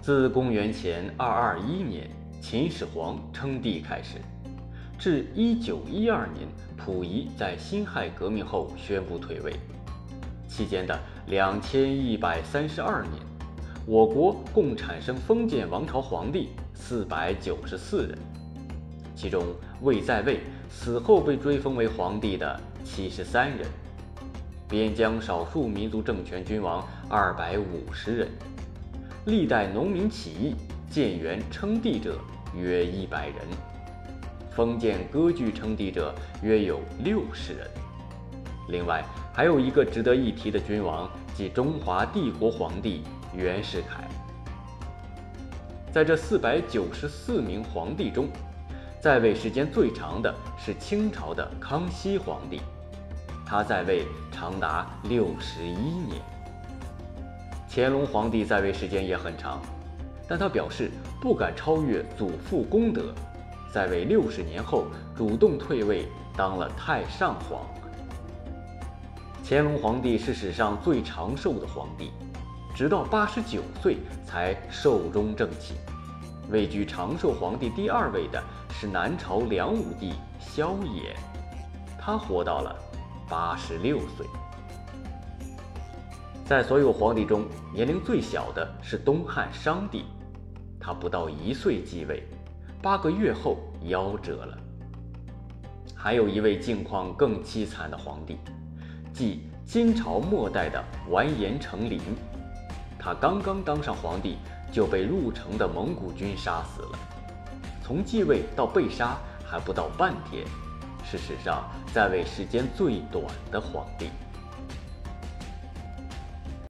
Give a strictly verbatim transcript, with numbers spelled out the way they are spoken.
自公元前二二一年秦始皇称帝开始，至一九一二年溥仪在辛亥革命后宣布退位，期间的两千一百三十二年，我国共产生封建王朝皇帝四百九十四人，其中未在位、死后被追封为皇帝的七十三人，边疆少数民族政权君王二百五十人，历代农民起义、建元称帝者约一百人，封建割据称帝者约有六十人。另外，还有一个值得一提的君王，即中华帝国皇帝袁世凯。在这四百九十四名皇帝中，在位时间最长的是清朝的康熙皇帝，他在位长达六十一年。乾隆皇帝在位时间也很长，但他表示不敢超越祖父功德，在位六十年后主动退位，当了太上皇。乾隆皇帝是史上最长寿的皇帝，直到八十九岁才寿终正寝。位居长寿皇帝第二位的是南朝梁武帝萧衍，他活到了八十六岁。在所有皇帝中，年龄最小的是东汉商帝，他不到一岁继位，八个月后夭折了。还有一位境况更凄惨的皇帝，即金朝末代的完颜成林，他刚刚当上皇帝就被入城的蒙古军杀死了，从继位到被杀还不到半天，是史上在位时间最短的皇帝。